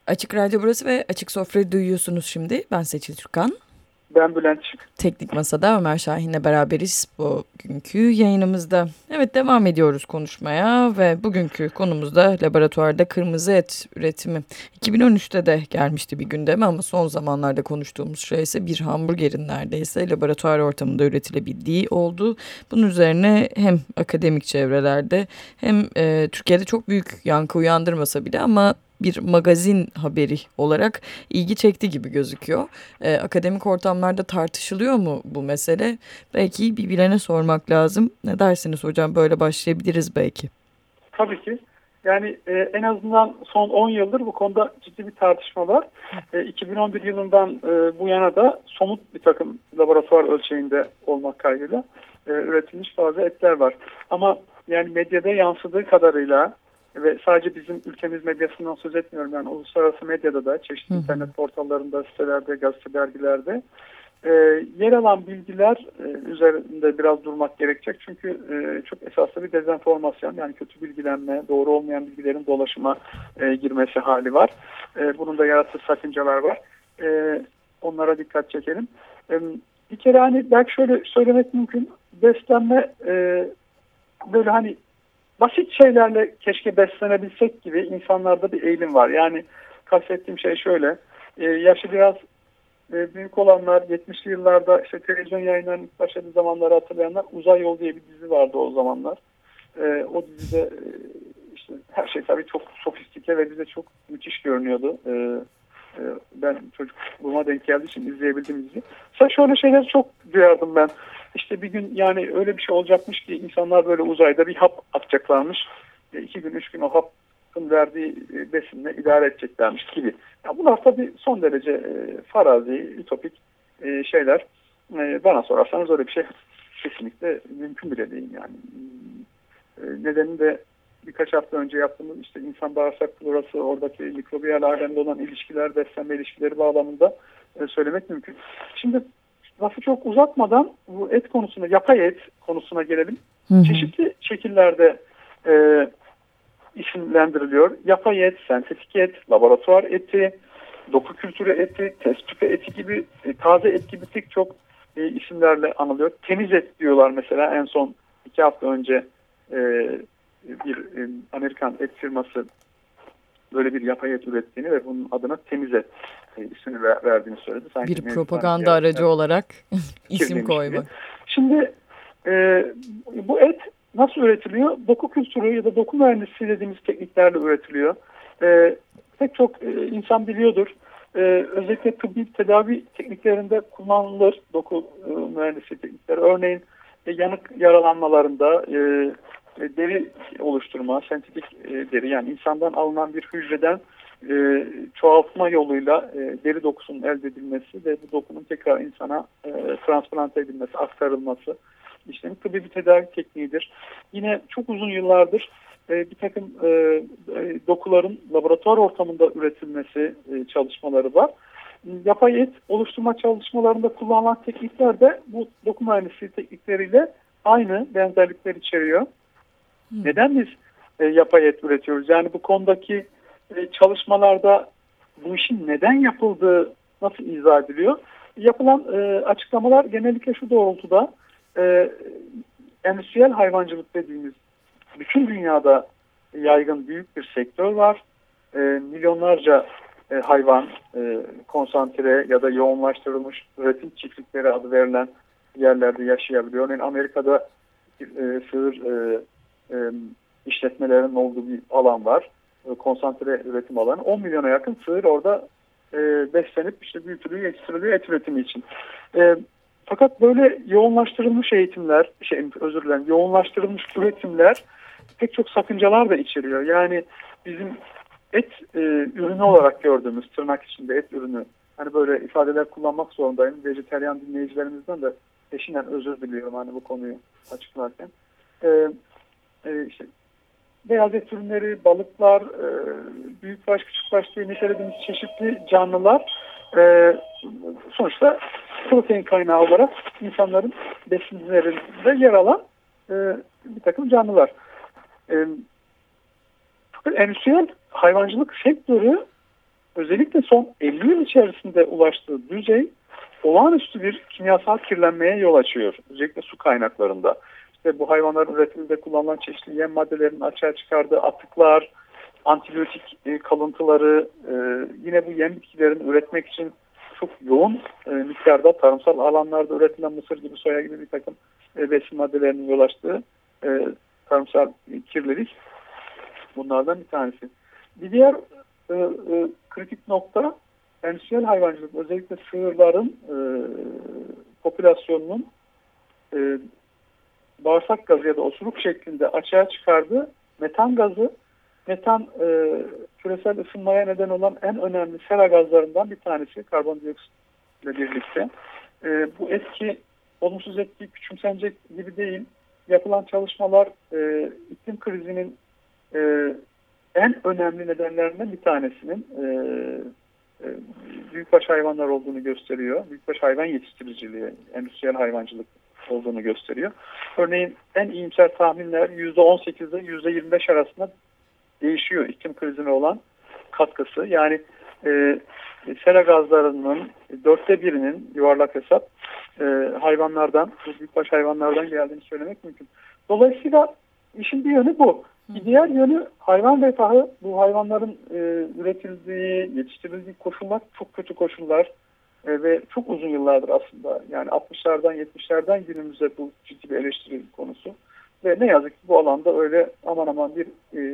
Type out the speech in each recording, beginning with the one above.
Açık Radyo burası ve Açık Sofra'yı duyuyorsunuz şimdi. Ben Seçil Türkan. Ben Bülent Şık. Teknik Masa'da Ömer Şahin'le beraberiz bugünkü yayınımızda. Evet, devam ediyoruz konuşmaya ve bugünkü konumuzda laboratuvarda kırmızı et üretimi. 2013'te de gelmişti bir gündeme ama son zamanlarda konuştuğumuz şey ise bir hamburgerin neredeyse laboratuvar ortamında üretilebildiği oldu. Bunun üzerine hem akademik çevrelerde hem Türkiye'de çok büyük yankı uyandırmasa bile ama bir magazin haberi olarak ilgi çekti gibi gözüküyor. Akademik ortamlarda tartışılıyor mu bu mesele? Belki bir bilene sormak lazım. Ne dersiniz hocam? Böyle başlayabiliriz belki. Tabii ki. Yani en azından son 10 yıldır bu konuda ciddi bir tartışma var. 2011 yılından bu yana da somut bir takım laboratuvar ölçeğinde olmak kaydıyla üretilmiş bazı etler var. Ama yani medyada yansıdığı kadarıyla ve sadece bizim ülkemiz medyasından söz etmiyorum. Yani uluslararası medyada da çeşitli internet portallarında, sitelerde, gazete, dergilerde yer alan bilgiler üzerinde biraz durmak gerekecek. Çünkü çok esaslı bir dezenformasyon, yani kötü bilgilenme, doğru olmayan bilgilerin dolaşıma girmesi hali var. Bunun da yarattığı sakıncalar var. Onlara dikkat çekelim. Bir kere hani belki şöyle söylemek mümkün. Beslenme böyle hani basit şeylerle keşke beslenebilsek gibi insanlarda bir eğilim var. Yani kastettiğim şey şöyle. Yaşı biraz büyük olanlar 70'li yıllarda işte televizyon yayınlarının ilk başladığı zamanları hatırlayanlar, Uzay Yolu diye bir dizi vardı o zamanlar. O dizide işte her şey tabii çok sofistike ve bize çok müthiş görünüyordu. Ben çocukluğuma denk geldiği için izleyebildim dizi. Mesela şöyle şeyler çok duyardım ben. İşte bir gün yani öyle bir şey olacakmış ki insanlar böyle uzayda bir hap atacaklarmış. 2 gün 3 gün o hapın verdiği besinle idare edeceklermiş gibi. Ya bunlar tabii son derece farazi, ütopik şeyler. Bana sorarsanız öyle bir şey kesinlikle mümkün bile değil yani. Nedeni de birkaç hafta önce yaptığımız işte insan bağırsak florası, oradaki mikrobiyal alemde olan ilişkiler, beslenme ilişkileri bağlamında söylemek mümkün. Şimdi lafı çok uzatmadan bu et konusuna, yapay et konusuna gelelim. Çeşitli şekillerde isimlendiriliyor. Yapay et, sentetik et, laboratuvar eti, doku kültürü eti, test tüpü eti gibi, taze et gibi pek çok isimlerle anılıyor. Temiz et diyorlar mesela. En son 2 hafta önce bir Amerikan et firması böyle bir yapay et ürettiğini ve bunun adına temiz et ismini verdiğini söyledi. Sanki bir propaganda aracı olarak isim koymak. Şimdi bu et nasıl üretiliyor? Doku kültürü ya da doku mühendisliği dediğimiz tekniklerle üretiliyor. Pek çok insan biliyordur. Özellikle tıbbi tedavi tekniklerinde kullanılır doku mühendisliği teknikleri. Örneğin yanık yaralanmalarında deri oluşturma, sentetik deri, yani insandan alınan bir hücreden çoğaltma yoluyla deri dokusunun elde edilmesi ve bu dokunun tekrar insana transplante edilmesi, aktarılması işlemi tıbbi bir tedavi tekniğidir. Yine çok uzun yıllardır bir takım dokuların laboratuvar ortamında üretilmesi çalışmaları var. Yapay et oluşturma çalışmalarında kullanılan teknikler de bu doku mühendisliği teknikleriyle aynı benzerlikler içeriyor. Neden biz yapay et üretiyoruz? Yani bu konudaki çalışmalarda bu işin neden yapıldığı nasıl izah ediliyor? Yapılan açıklamalar genellikle şu doğrultuda: endüstriyel hayvancılık dediğimiz bütün dünyada yaygın büyük bir sektör var. Milyonlarca hayvan konsantre ya da yoğunlaştırılmış üretim çiftlikleri adı verilen yerlerde yaşayabiliyor. Örneğin Amerika'da sığır işletmelerinin olduğu bir alan var. Konsantre üretim alanı. 10 milyona yakın sığır orada beslenip işte büyütülüyor, yetiştiriliyor et üretimi için. Fakat böyle yoğunlaştırılmış eğitimler, yoğunlaştırılmış üretimler pek çok sakıncalar da içeriyor. Yani bizim et ürünü olarak gördüğümüz, tırnak içinde et ürünü, hani böyle ifadeler kullanmak zorundayım. Vejeteryan dinleyicilerimizden de peşinen özür diliyorum hani bu konuyu açıklarken. İşte beyaz et ürünleri, balıklar, büyükbaş, küçükbaş diye nitelediğimiz çeşitli canlılar sonuçta protein kaynağı olarak insanların besinlerinde yer alan bir takım canlılar. Fakat endüstriyel hayvancılık sektörü özellikle son 50 yıl içerisinde ulaştığı düzey olağanüstü bir kimyasal kirlenmeye yol açıyor. Özellikle su kaynaklarında. İşte bu hayvanların üretiminde kullanılan çeşitli yem maddelerinin açığa çıkardığı atıklar, antibiyotik kalıntıları, yine bu yem bitkilerini üretmek için çok yoğun miktarda tarımsal alanlarda üretilen mısır gibi, soya gibi bir takım besin maddelerinin yol açtığı tarımsal kirlilik bunlardan bir tanesi. Bir diğer kritik nokta endüstriyel hayvancılık, özellikle sığırların popülasyonunun bağırsak gazı ya da osuruk şeklinde açığa çıkardığı metan gazı. Metan küresel ısınmaya neden olan en önemli sera gazlarından bir tanesi, karbondioksit ile birlikte. Bu etki, olumsuz etki küçümsenecek gibi değil. Yapılan çalışmalar iklim krizinin en önemli nedenlerinden bir tanesinin büyükbaş hayvanlar olduğunu gösteriyor. Büyükbaş hayvan yetiştiriciliği, endüstriyel hayvancılık olduğunu gösteriyor. Örneğin en iyimser tahminler %18 ile %25 arasında değişiyor iklim krizine olan katkısı. Yani sera gazlarının 1/4'inin yuvarlak hesap hayvanlardan, bu büyükbaş hayvanlardan geldiğini söylemek mümkün. Dolayısıyla işin bir yönü bu. Bir diğer yönü hayvan refahı. Bu hayvanların üretildiği, yetiştirildiği koşullar çok kötü koşullar ve çok uzun yıllardır aslında. Yani 60'lardan 70'lerden günümüze bu ciddi bir eleştiri konusu. Ve ne yazık ki bu alanda öyle aman aman bir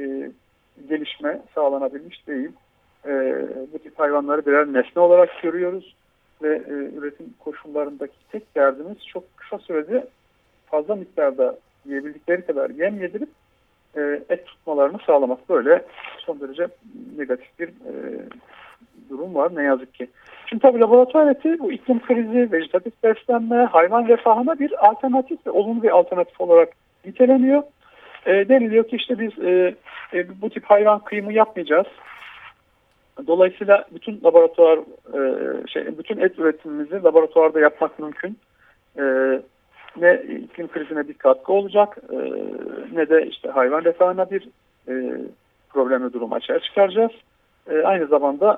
gelişme sağlanabilmiş değil. Bu tip hayvanları birer nesne olarak görüyoruz ve üretim koşullarındaki tek derdimiz çok kısa sürede fazla miktarda yiyebildikleri kadar yem yedirip et tutmalarını sağlamak. Böyle son derece negatif bir durum var ne yazık ki. Şimdi tabii laboratuvar eti bu iklim krizi, vejetatif beslenme, hayvan refahına bir alternatif ve olumlu bir alternatif olarak niteleniyor. Deniliyor ki işte biz bu tip hayvan kıyımı yapmayacağız. Dolayısıyla bütün laboratuvar bütün et üretimimizi laboratuvarda yapmak mümkün. Ne iklim krizine bir katkı olacak ne de işte hayvan refahına bir problemli durum açığa çıkaracağız. Aynı zamanda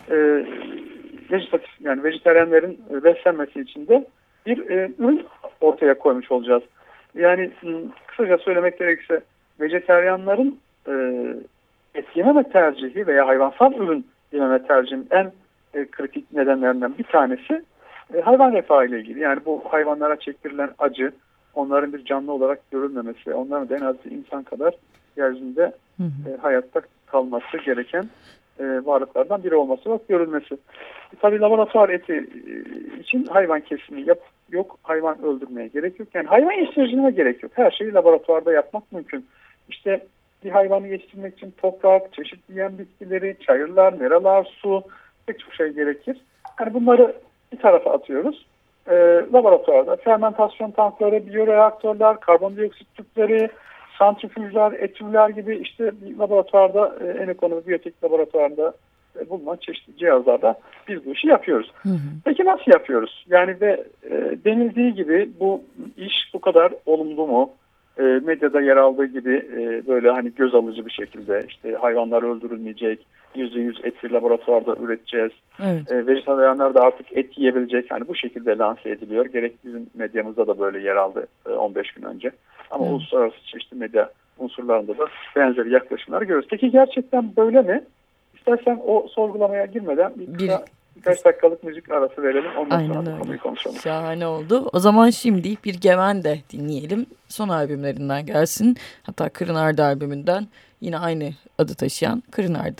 vejetatif, yani vejetaryenlerin beslenmesi için de bir ürün ortaya koymuş olacağız. Yani kısaca söylemek gerekirse vejetaryenlerin et yememe tercihi veya hayvansal ürün yememe tercihinin en kritik nedenlerinden bir tanesi hayvan refahı ile ilgili. Yani bu hayvanlara çektirilen acı, onların bir canlı olarak görülmemesi, onların da en az insan kadar yeryüzünde hayatta kalması gereken varlıklardan biri olması ve görülmesi. Tabii laboratuvar eti için hayvan kesimi yok, hayvan öldürmeye gerek yok. Yani hayvan yetiştiriciliğine gerek yok. Her şeyi laboratuvarda yapmak mümkün. İşte bir hayvanı yetiştirmek için toprak, çeşitli yem bitkileri, çayırlar, meralar, su, pek çok şey gerekir. Yani bunları bir tarafa atıyoruz. Laboratuvarda fermentasyon tankları, biyoreaktörler, karbondioksit tüpleri, santrifüjler, etüller gibi işte laboratuvarda en ekonomik biyotek laboratuvarında bulunan çeşitli cihazlarda biz bu işi yapıyoruz. Peki nasıl yapıyoruz? Yani de denildiği gibi bu iş bu kadar olumlu mu? Medyada yer aldığı gibi böyle hani göz alıcı bir şekilde işte hayvanlar öldürülmeyecek, %100 eti laboratuvarda üreteceğiz. Evet. Vejetaryenler de artık et yiyebilecek. Yani bu şekilde lanse ediliyor. Gerek bizim medyamızda da böyle yer aldı 15 gün önce. Ama uluslararası çeşitli medya unsurlarında da benzeri yaklaşımlar görüyoruz. Peki gerçekten böyle mi? İstersen o sorgulamaya girmeden birkaç dakikalık müzik arası verelim. Ondan sonra konuyu konuşalım. Şahane oldu. O zaman şimdi bir Geven de dinleyelim. Son albümlerinden gelsin. Hatta Kırınardı albümünden yine aynı adı taşıyan Kırınardı.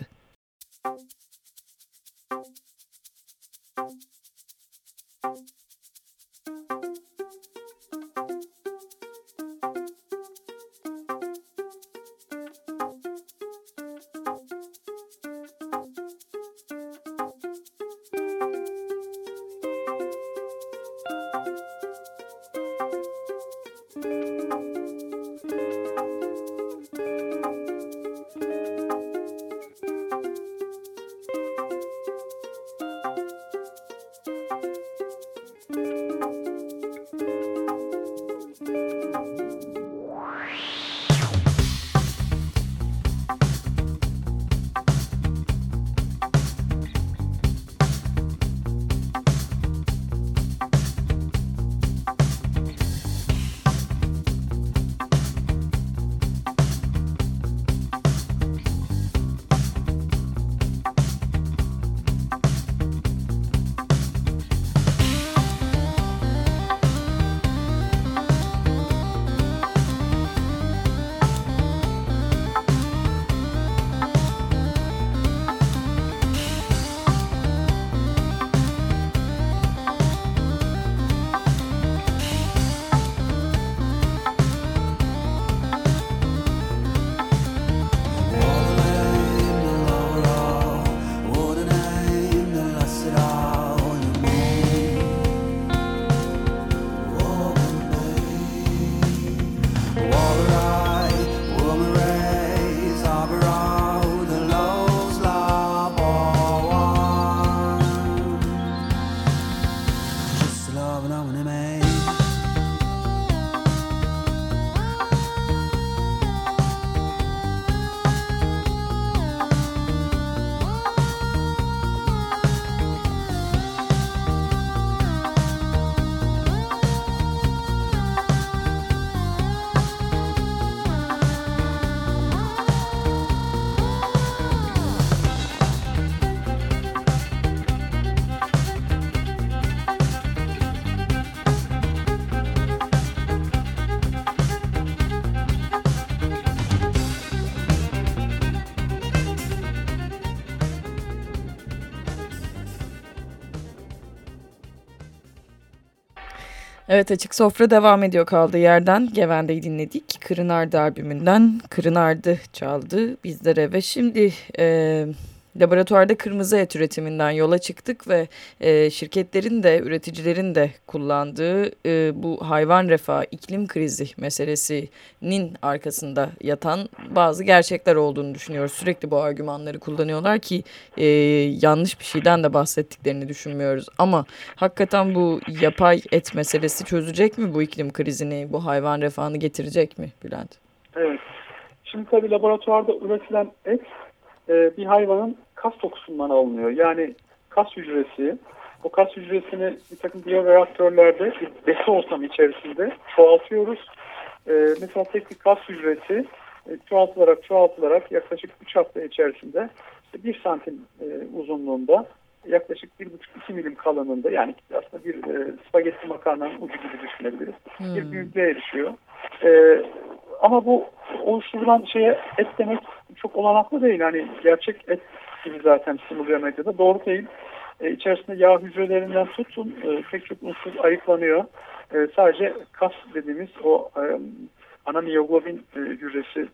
Evet, Açık Sofra devam ediyor kaldığı yerden. Gevende'yi dinledik. Kırınardı albümünden Kırınardı çaldı bizlere ve şimdi laboratuvarda kırmızı et üretiminden yola çıktık ve şirketlerin de üreticilerin de kullandığı bu hayvan refahı, iklim krizi meselesinin arkasında yatan bazı gerçekler olduğunu düşünüyoruz. Sürekli bu argümanları kullanıyorlar ki yanlış bir şeyden de bahsettiklerini düşünmüyoruz. Ama hakikaten bu yapay et meselesi çözecek mi bu iklim krizini, bu hayvan refahını getirecek mi Bülent? Evet. Şimdi tabii laboratuvarda üretilen et bir hayvanın kas dokusundan alınıyor. Yani kas hücresi, o kas hücresini bir takım biyoreaktörlerde bir besi ortamı içerisinde çoğaltıyoruz. Mesela tek bir kas hücresi çoğaltılarak yaklaşık 3 hafta içerisinde işte 1 santim uzunluğunda, yaklaşık 1,5-2 milim kalınlığında, yani aslında bir spagetti makarnanın ucu gibi düşünebiliriz. Bir büyüklüğe erişiyor. Ama bu oluşturulan şeye et demek çok olanaklı değil. Hani gerçek et gibi zaten sunuluyor medyada. Doğru değil. İçerisinde yağ hücrelerinden tutun pek çok unsur ayıklanıyor. Sadece kas dediğimiz o ana miyoglobin hücresi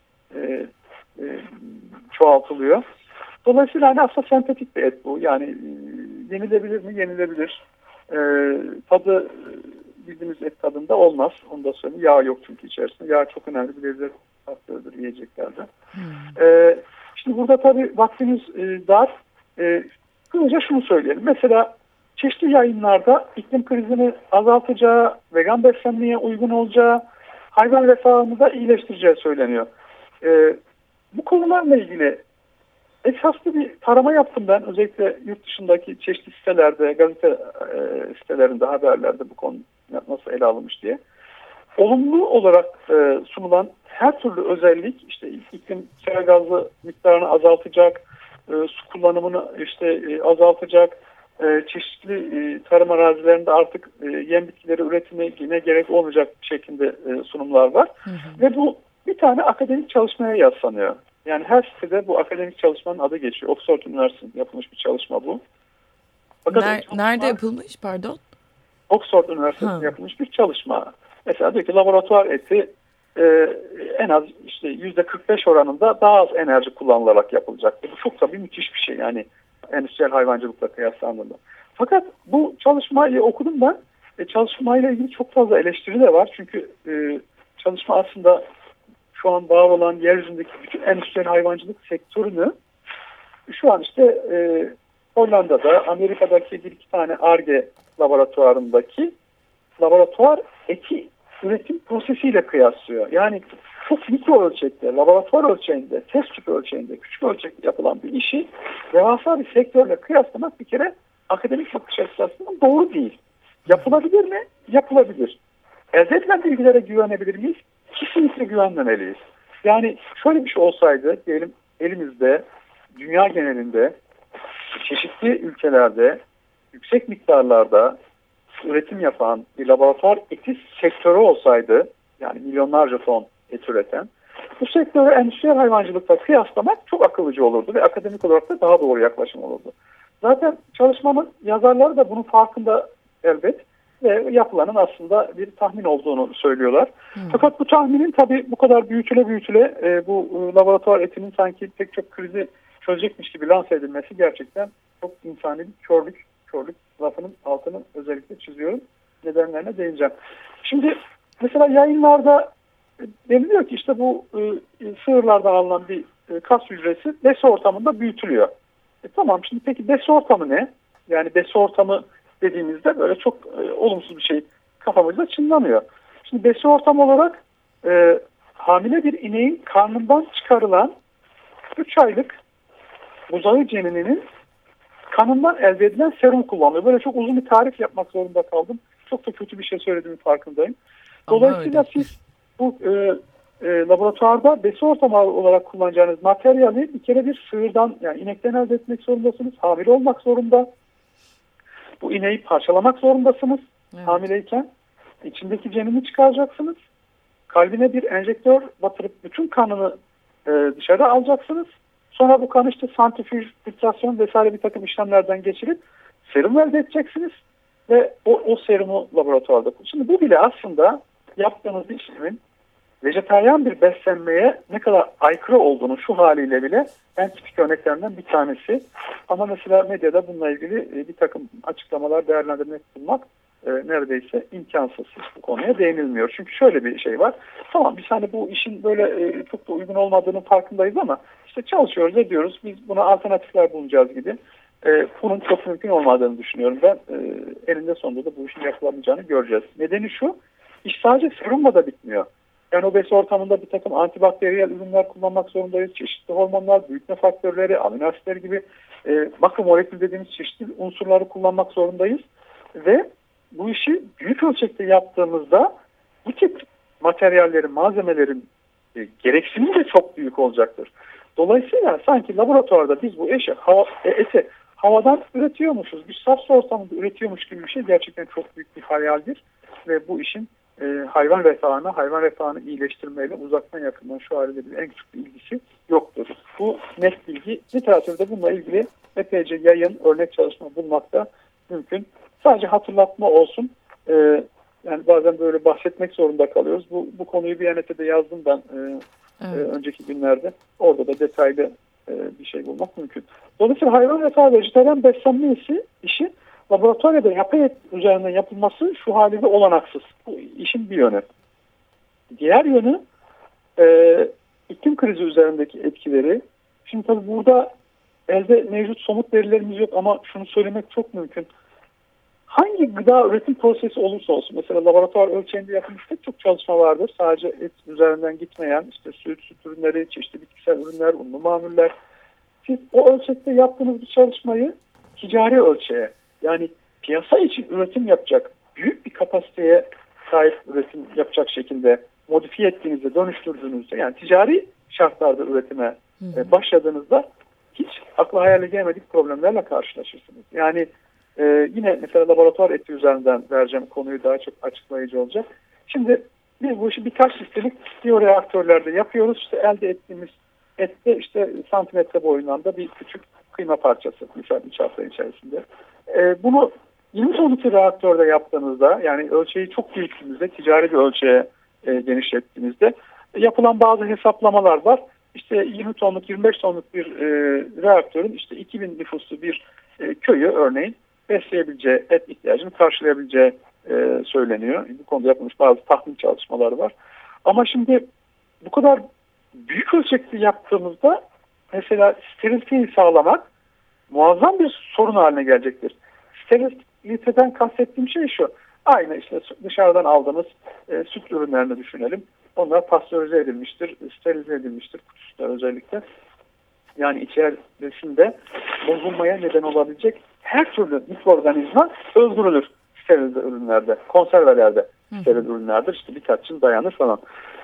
çoğaltılıyor. Dolayısıyla hani aslında sentetik bir et bu. Yani yenilebilir mi? Yenilebilir. Tadı bildiğimiz et tadında olmaz. Onu da söyleyeyim. Yağ yok çünkü içerisinde. Yağ çok önemli bir lezzet faktörüdür yiyeceklerde. Şimdi burada tabii vaktimiz dar. Kısaca şunu söyleyelim. Mesela çeşitli yayınlarda iklim krizini azaltacağı, vegan beslenmeye uygun olacağı, hayvan refahını da iyileştireceği söyleniyor. Bu konularla ilgili esaslı bir tarama yaptım ben. Özellikle yurt dışındaki çeşitli sitelerde, gazete sitelerinde, haberlerde bu konu nasıl ele alınmış diye. Olumlu olarak sunulan her türlü özellik, işte iklim sera gazı miktarını azaltacak, su kullanımını azaltacak, çeşitli tarım arazilerinde artık yem bitkileri üretimine gerek olmayacak şeklinde sunumlar var. Ve bu bir tane akademik çalışmaya yaslanıyor. Yani her sitede bu akademik çalışmanın adı geçiyor. Oxford Üniversitesi'nde yapılmış bir çalışma bu. Nerede yapılmış, pardon? Oxford Üniversitesi'nde yapılmış bir çalışma. Mesela diyor ki laboratuvar eti en az işte %45 oranında daha az enerji kullanılarak yapılacak. Bu çok tabii müthiş bir şey, yani endüstriyel hayvancılıkla kıyaslandığında. Fakat bu çalışmayı okudum ben. Çalışmayla ilgili çok fazla eleştiri de var. Çünkü çalışma aslında şu an var olan yeryüzündeki bütün endüstriyel hayvancılık sektörünü şu an işte Hollanda'da, Amerika'daki bir iki tane Ar-Ge laboratuvarındaki laboratuvar eti üretim prosesiyle kıyaslıyor. Yani çok mikro ölçekte, laboratuvar ölçeğinde, test tüpü ölçeğinde, küçük ölçekte yapılan bir işi devasa bir sektörle kıyaslamak bir kere akademik bakış açısından doğru değil. Yapılabilir mi? Yapılabilir. Elde edilen bilgilere güvenebilir miyiz? Kesinlikle güvenmemeliyiz. Yani şöyle bir şey olsaydı, diyelim elimizde, dünya genelinde, çeşitli ülkelerde, yüksek miktarlarda üretim yapan bir laboratuvar eti sektörü olsaydı, yani milyonlarca ton et üreten, bu sektörü endüstriyel hayvancılıkla kıyaslamak çok akıllıca olurdu ve akademik olarak da daha doğru yaklaşım olurdu. Zaten çalışmanın yazarları da bunun farkında elbet ve yapılanın aslında bir tahmin olduğunu söylüyorlar. Fakat bu tahminin tabii bu kadar büyütüle bu laboratuvar etinin sanki pek çok krizi çözecekmiş gibi lanse edilmesi gerçekten çok insani bir körlük lafının altını özellikle çiziyorum. Nedenlerine değineceğim. Şimdi mesela yayınlarda deniliyor ki işte bu sığırlardan alınan bir kas hücresi besi ortamında büyütülüyor. Tamam, şimdi peki besi ortamı ne? Yani besi ortamı dediğimizde böyle çok olumsuz bir şey kafamızda çınlamıyor. Şimdi besi ortamı olarak hamile bir ineğin karnından çıkarılan 3 aylık buzağı cenininin kanından elde edilen serum kullanılıyor. Böyle çok uzun bir tarif yapmak zorunda kaldım. Çok da kötü bir şey söylediğimin farkındayım. Dolayısıyla siz bu laboratuvarda besi ortamı olarak kullanacağınız materyali bir kere bir sığırdan, yani inekten elde etmek zorundasınız. Hamile olmak zorunda. Bu ineği parçalamak zorundasınız. Evet. Hamileyken içindeki cenini çıkaracaksınız. Kalbine bir enjektör batırıp bütün kanını dışarı alacaksınız. Sonra bu kanı işte santrifüj, filtrasyon vesaire bir takım işlemlerden geçirip serum elde edeceksiniz. ve o serumu laboratuvarda kullanıyoruz. Şimdi bu bile aslında yaptığınız işlemin vejetaryen bir beslenmeye ne kadar aykırı olduğunu şu haliyle bile en tipik örneklerinden bir tanesi. Ama mesela medyada bununla ilgili bir takım açıklamalar, değerlendirmek bulmak neredeyse imkansız. Hiç bu konuya değinilmiyor. Çünkü şöyle bir şey var. Tamam biz hani bu işin böyle çok da uygun olmadığının farkındayız ama işte çalışıyoruz, ediyoruz. Biz buna alternatifler bulacağız gibi. Bunun çok mümkün olmadığını düşünüyorum ben. Eninde sonunda da bu işin yapılamayacağını göreceğiz. Nedeni şu, iş sadece serumla da bitmiyor. Yani obez ortamında bir takım antibakteriyel ürünler kullanmak zorundayız. Çeşitli hormonlar, büyütme faktörleri, amino asitler gibi makromolekül dediğimiz çeşitli unsurları kullanmak zorundayız. Ve bu işi büyük ölçekte yaptığımızda bu tip materyallerin, malzemelerin gereksinimi de çok büyük olacaktır. Dolayısıyla sanki laboratuvarda biz bu eti havadan üretiyormuşuz, bir safra ortamında üretiyormuş gibi bir şey gerçekten çok büyük bir hayaldir. Ve bu işin hayvan refahını iyileştirmeyle uzaktan yakından şu haliyle bir en küçük bir ilgisi yoktur. Bu net bilgi. Literatürde bununla ilgili epeyce yayın, örnek çalışma bulmak da mümkün. Sadece hatırlatma olsun. Yani bazen böyle bahsetmek zorunda kalıyoruz. Bu konuyu bir NT'de yazdım ben önceki günlerde. Orada da detaylı bir şey bulmak mümkün. Dolayısıyla hayvan refahı vejetaryen beslenme işi laboratuvarda yapay et üzerinden yapılması şu haliyle olanaksız. Bu işin bir yönü. Diğer yönü iklim krizi üzerindeki etkileri. Şimdi tabii burada elde mevcut somut verilerimiz yok ama şunu söylemek çok mümkün. Hangi gıda üretim prosesi olursa olsun, mesela laboratuvar ölçeğinde yapılmış pek çok çalışma vardır. Sadece et üzerinden gitmeyen, işte süt ürünleri, çeşitli bitkisel ürünler, unlu mamuller. Siz o ölçekte yaptığınız bir çalışmayı ticari ölçeğe, yani piyasa için üretim yapacak, büyük bir kapasiteye sahip üretim yapacak şekilde modifiye ettiğinizde, dönüştürdüğünüzde, yani ticari şartlarda üretime başladığınızda hiç akla hayale gelmedik problemlerle karşılaşırsınız. Yani yine mesela laboratuvar eti üzerinden vereceğim, konuyu daha çok açıklayıcı olacak. Şimdi biz bu işi birkaç listelik biyoreaktörlerde yapıyoruz. İşte elde ettiğimiz ette işte santimetre boyundan bir küçük kıyma parçası mesela 3 hafta içerisinde. Bunu 20 tonluk bir reaktörde yaptığınızda, yani ölçeği çok büyüttüğünüzde, ticari bir ölçeğe genişlettiğinizde yapılan bazı hesaplamalar var. İşte 20 tonluk, 25 tonluk bir reaktörün işte 2000 nüfuslu bir köyü örneğin besleyebileceği, et ihtiyacını karşılayabileceği söyleniyor. Bu konuda yapılmış bazı tahmin çalışmaları var. Ama şimdi bu kadar büyük ölçekli yaptığımızda mesela steriliteyi sağlamak muazzam bir sorun haline gelecektir. Steriliteden kastettiğim şey şu. Aynı işte dışarıdan aldığımız süt ürünlerini düşünelim. Onlar pastörize edilmiştir, sterilize edilmiştir, kutusunda özellikle. Yani içerisinde bozulmaya neden olabilecek her türlü mikroorganizma öldürülür sterilize ürünlerde, konservelerde steril ürünlerdir. İşte birkaç yıl dayanır falan.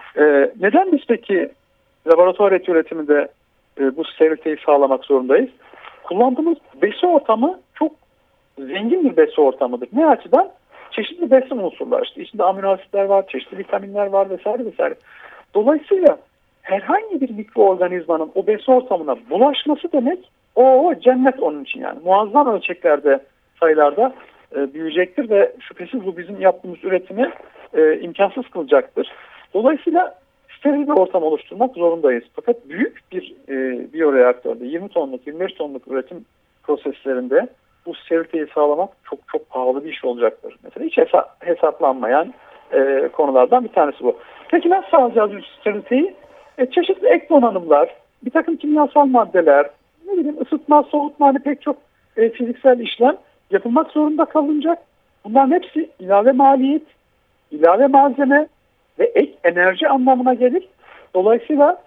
Neden biz peki laboratuvar eti üretiminde bu steriliteyi sağlamak zorundayız? Kullandığımız besi ortamı çok zengin bir besi ortamıdır. Ne açıdan? Çeşitli besin unsurlar. İşte içinde amino asitler var, çeşitli vitaminler var vesaire vesaire. Dolayısıyla herhangi bir mikroorganizmanın o besi ortamına bulaşması demek o cennet onun için yani. Muazzam ölçeklerde, sayılarda büyüyecektir ve şüphesiz bu bizim yaptığımız üretimi imkansız kılacaktır. Dolayısıyla steril bir ortam oluşturmak zorundayız. Fakat büyük bir biyoreaktörde 20 tonluk, 25 tonluk üretim proseslerinde bu steriliteyi sağlamak çok çok pahalı bir iş olacaktır. Mesela hiç hesaplanmayan konulardan bir tanesi bu. Peki nasıl sağlayacağız bu steriliteyi? Çeşitli ek donanımlar, bir takım kimyasal maddeler, ne bileyim ısıtma, soğutma, hani pek çok fiziksel işlem yapılmak zorunda kalınacak. Bunların hepsi ilave maliyet, ilave malzeme ve ek enerji anlamına gelir. Dolayısıyla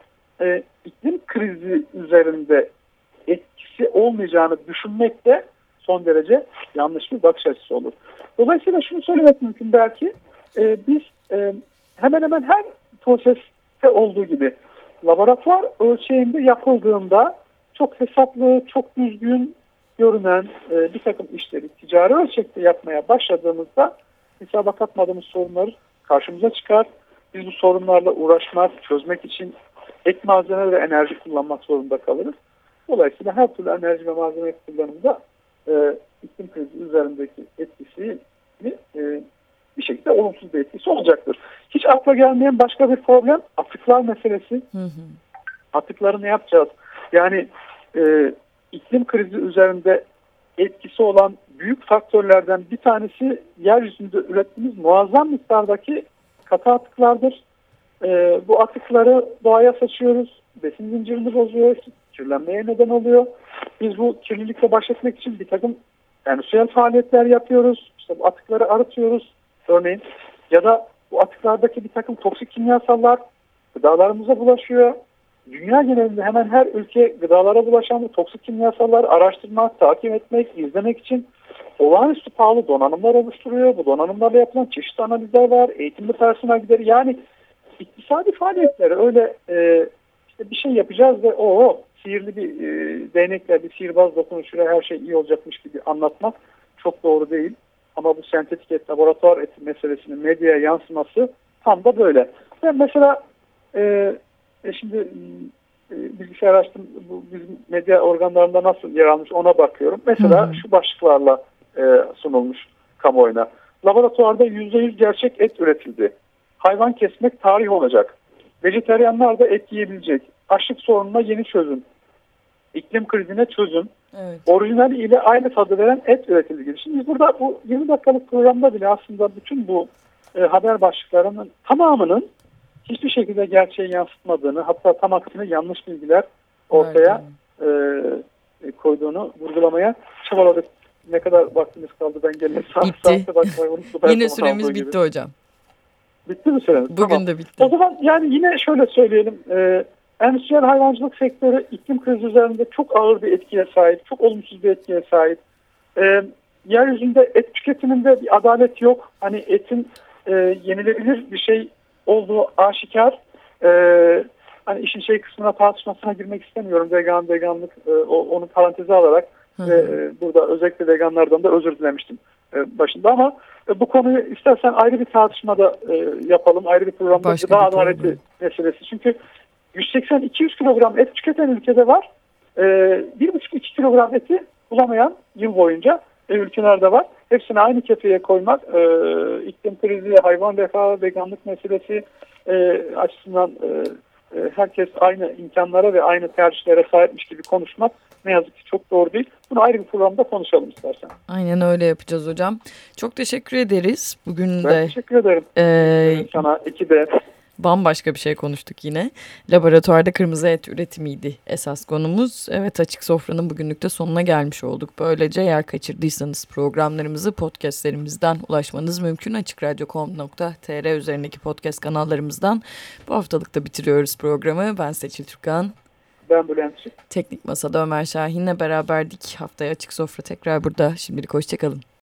iklim krizi üzerinde etkisi olmayacağını düşünmek de son derece yanlış bir bakış açısı olur. Dolayısıyla şunu söylemek mümkün belki, biz hemen hemen her proseste olduğu gibi laboratuvar ölçeğinde yapıldığında çok hesaplı, çok düzgün görünen bir takım işleri ticari ölçekte yapmaya başladığımızda hesaba katmadığımız sorunlar karşımıza çıkar. Biz bu sorunlarla uğraşmak, çözmek için ek malzeme ve enerji kullanmak zorunda kalırız. Dolayısıyla her türlü enerji ve malzeme kullanımında iklim krizi üzerindeki etkisi olumsuz bir etkisi olacaktır. Hiç akla gelmeyen başka bir problem atıklar meselesi. Atıkları ne yapacağız? Yani iklim krizi üzerinde etkisi olan büyük faktörlerden bir tanesi yeryüzünde ürettiğimiz muazzam miktardaki katı atıklardır. Bu atıkları doğaya saçıyoruz. Besin zincirini bozuyor. Kirlenmeye neden oluyor. Biz bu kirlilikle baş etmek için bir takım endüstriyel faaliyetler yapıyoruz. İşte bu atıkları arıtıyoruz örneğin. Ya da bu atıklardaki bir takım toksik kimyasallar gıdalarımıza bulaşıyor. Dünya genelinde hemen her ülke gıdalara bulaşan bu toksik kimyasalları araştırmak, takip etmek, izlemek için olağanüstü pahalı donanımlar oluşturuyor. Bu donanımlarla yapılan çeşitli analizler var. Eğitimli personel gideri. Yani iktisadi faaliyetler öyle işte bir şey yapacağız ve sihirli bir değnekle bir sihirbaz dokunuşuyla her şey iyi olacakmış gibi anlatmak çok doğru değil. Ama bu sentetik et, laboratuvar eti meselesinin medyaya yansıması tam da böyle. Ben mesela şimdi bilgisayar açtım, bu bizim medya organlarında nasıl yer almış ona bakıyorum. Mesela şu başlıklarla sunulmuş kamuoyuna. Laboratuvarda %100 gerçek et üretildi. Hayvan kesmek tarih olacak. Vejeteryanlar da et yiyebilecek. Açlık sorununa yeni çözüm. İklim krizine çözüm. Evet. Orijinal ile aynı tadı veren et üretildi gibi. Şimdi biz burada bu 20 dakikalık programda bile aslında bütün bu haber başlıklarının tamamının hiçbir şekilde gerçeği yansıtmadığını, hatta tam aksine yanlış bilgiler ortaya koyduğunu vurgulamaya çabaladık. Ne kadar vaktimiz kaldı ben gene saate bakmayı unuttum. Yine süremiz bitti hocam. Bitti mi süremiz? Bugün tamam. De bitti. O zaman yani yine şöyle söyleyelim. Endüstriyel hayvancılık sektörü iklim krizi üzerinde çok ağır bir etkiye sahip. Çok olumsuz bir etkiye sahip. Yeryüzünde et tüketiminde bir adalet yok. Hani etin yenilebilir bir şey olduğu aşikar. Hani işin kısmına tartışmasına girmek istemiyorum. Veganlık onu paranteze alarak burada özellikle veganlardan da özür dilemiştim başında ama bu konuyu istersen ayrı bir tartışmada yapalım. Ayrı bir programda gıda adaleti meselesi. Çünkü 180-200 kilogram et tüketen ülkede var. 1,5-2 kilogram eti bulamayan yıl boyunca ülkelerde var. Hepsini aynı kefeye koymak iklim krizi, hayvan refahı, veganlık meselesi açısından herkes aynı imkanlara ve aynı tercihlere sahipmiş gibi konuşmak ne yazık ki çok doğru değil. Bunu ayrı bir programda konuşalım istersen. Aynen öyle yapacağız hocam. Çok teşekkür ederiz. Bugün ben teşekkür ederim. Sana de. Bambaşka bir şey konuştuk yine. Laboratuvarda kırmızı et üretimiydi esas konumuz. Evet, Açık Sofra'nın bugünlük de sonuna gelmiş olduk. Böylece eğer kaçırdıysanız programlarımızı podcastlerimizden ulaşmanız mümkün. Açıkradyo.com.tr üzerindeki podcast kanallarımızdan. Bu haftalık da bitiriyoruz programı. Ben Seçil Türkan. Ben Bülent Çık. Teknik Masa'da Ömer Şahin'le beraberdik. Haftaya Açık Sofra tekrar burada. Şimdilik hoşçakalın.